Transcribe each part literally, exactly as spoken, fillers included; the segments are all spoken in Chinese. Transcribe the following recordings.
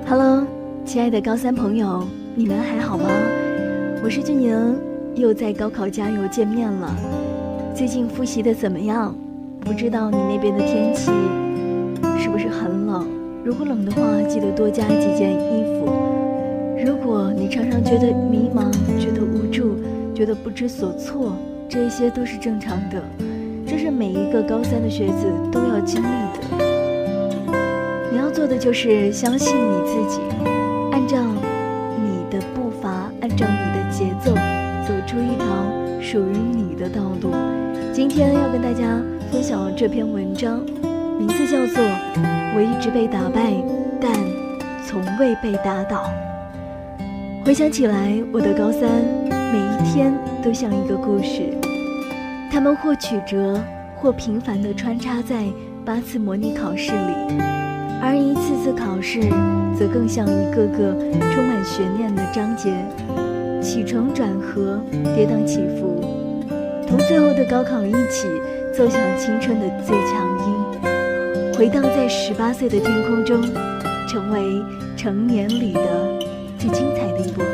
Hello， 亲爱的高三朋友，你们还好吗？我是俊宁，又在高考加油见面了。最近复习的怎么样？不知道你那边的天气是不是很冷？如果冷的话，记得多加几件衣服。如果你常常觉得迷茫，觉得无助，觉得不知所措，这些都是正常的，这是每一个高三的学子都要经历的。你要做的就是相信你自己，按照你的步伐，按照你的节奏，走出一条属于你的道路。今天要跟大家分享这篇文章，名字叫做《我一直被打败，但从未被打倒》。回想起来，我的高三每一天都像一个故事，他们或曲折，或频繁地穿插在八次模拟考试里，而一次次考试则更像一个个充满悬念的章节，起承转合，跌宕起伏，同最后的高考一起奏响青春的最强音，回荡在十八岁的天空中，成为成年里的最精彩的一部分。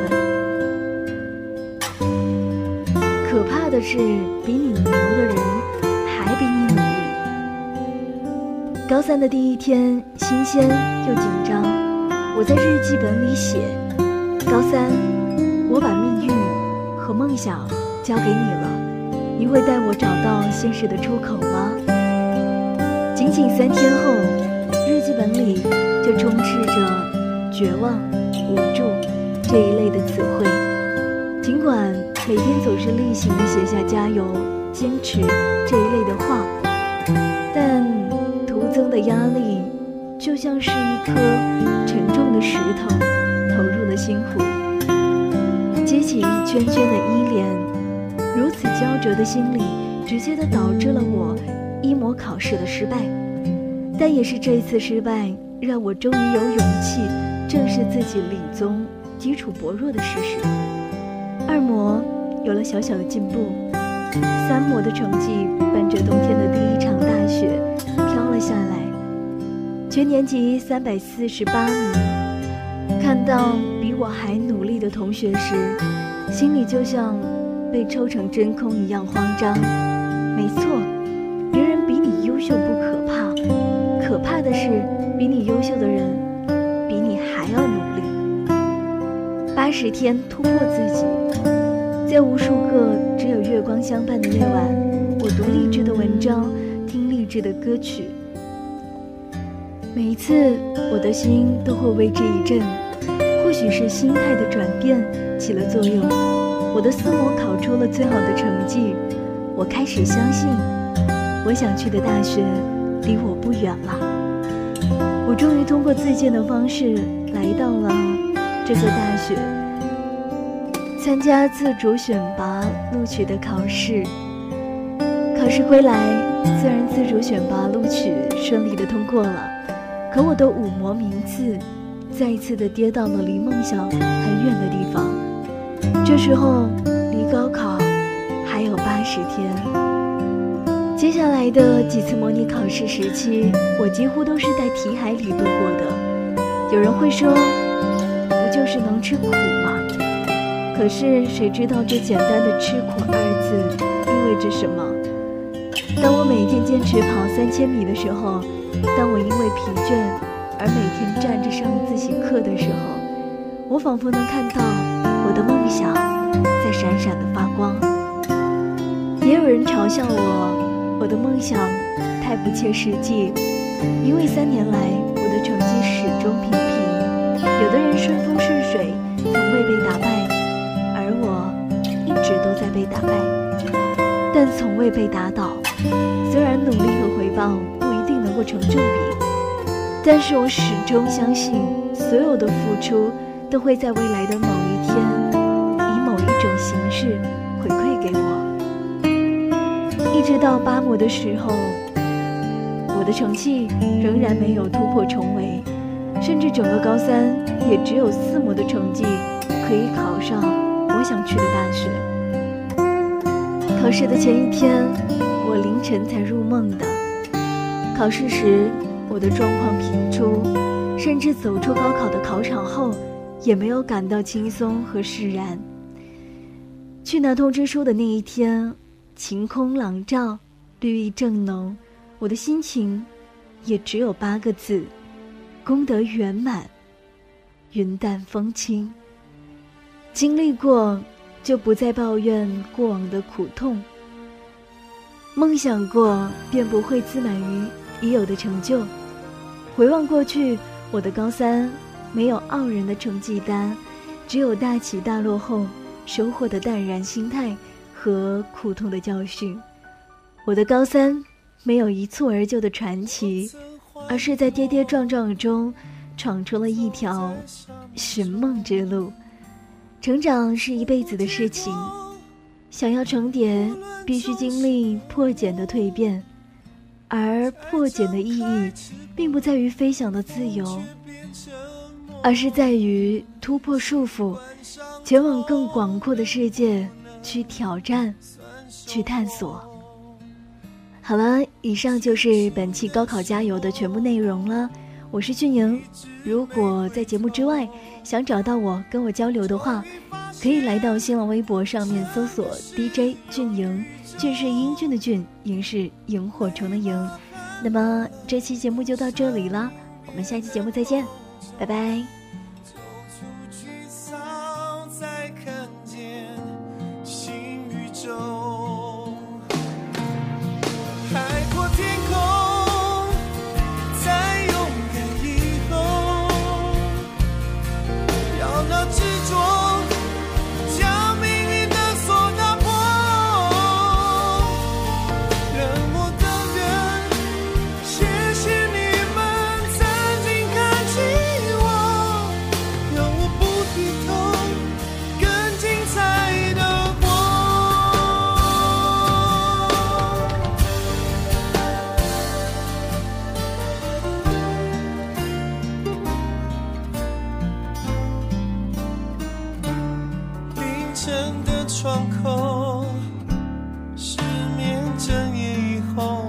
可怕的是，比你牛的人还比你努力。高三的第一天，新鲜又紧张。我在日记本里写：高三，我把命运和梦想交给你了，你会带我找到现实的出口吗？仅仅三天后，日记本里就充斥着绝望、无助这一类的词汇。尽管每天总是例行地写下加油、坚持这一类的话，但徒增的压力就像是一颗沉重的石头投入了心湖，激起一圈圈的依恋。如此焦灼的心理直接地导致了我一模考试的失败，但也是这一次失败让我终于有勇气正视自己理综基础薄弱的事实。二模有了小小的进步，三模的成绩伴着冬天的第一场大雪飘了下来，全年级三百四十八名。看到比我还努力的同学时，心里就像被抽成真空一样慌张。没错，别人比你优秀不可怕，可怕的是比你优秀的人比你还要努力。八十天突破自己，在无数个只有月光相伴的夜晚，我读励志的文章，听励志的歌曲。每一次我的心都会为之一振，或许是心态的转变起了作用。我的四模考出了最好的成绩，我开始相信我想去的大学离我不远了。我终于通过自荐的方式来到了这所大学，参加自主选拔录取的考试。考试归来，虽然自主选拔录取顺利的通过了，可我的五模名次再一次的跌到了离梦想很远的地方。这时候离高考还有八十天。接下来的几次模拟考试时期，我几乎都是在题海里度过的。有人会说，不就是能吃苦吗？可是谁知道这简单的吃苦二字意味着什么？当我每天坚持跑三千米的时候，当我因为疲倦而每天站着上自习课的时候，我仿佛能看到我的梦想在闪闪的发光。也有人嘲笑我，我的梦想太不切实际，因为三年来我的成绩始终平平。有的人顺风顺水，从未被打败，而我一直都在被打败，但从未被打倒。虽然努力和回报不一定能够成正比，但是我始终相信，所有的付出都会在未来的某一天，以某一种形式回馈给我。一直到八模的时候，我的成绩仍然没有突破重围，甚至整个高三也只有四模的成绩可以考上我想去的大学。考试的前一天，我凌晨才入梦的。考试时，我的状况频出， 甚至走出高考的考场后，也没有感到轻松和释然。去拿通知书的那一天，晴空朗照，绿意正浓，我的心情也只有八个字：功德圆满，云淡风轻。经历过，就不再抱怨过往的苦痛；梦想过，便不会自满于已有的成就。回望过去，我的高三没有傲人的成绩单，只有大起大落后收获的淡然心态和苦痛的教训。我的高三没有一蹴而就的传奇，而是在跌跌撞撞中闯出了一条寻梦之路。成长是一辈子的事情，想要重叠，必须经历破茧的蜕变，而破茧的意义并不在于飞翔的自由，而是在于突破束缚，前往更广阔的世界去挑战，去探索。好了，以上就是本期高考加油的全部内容了。我是俊莹，如果在节目之外想找到我跟我交流的话，可以来到新浪微博上面搜索 D J 俊莹，俊是英俊的俊，莹是萤火虫的萤。那么这期节目就到这里了，我们下期节目再见，拜拜。 窗口失眠整夜以后，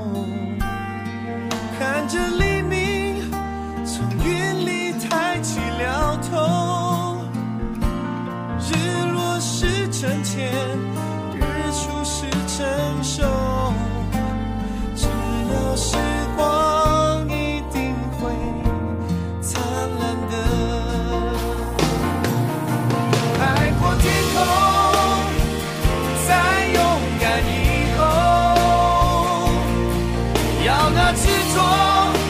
看着黎明从云里抬起了头，日落是挣钱，日出是成熟，只要时光一定会灿烂的。海阔天空，要那执着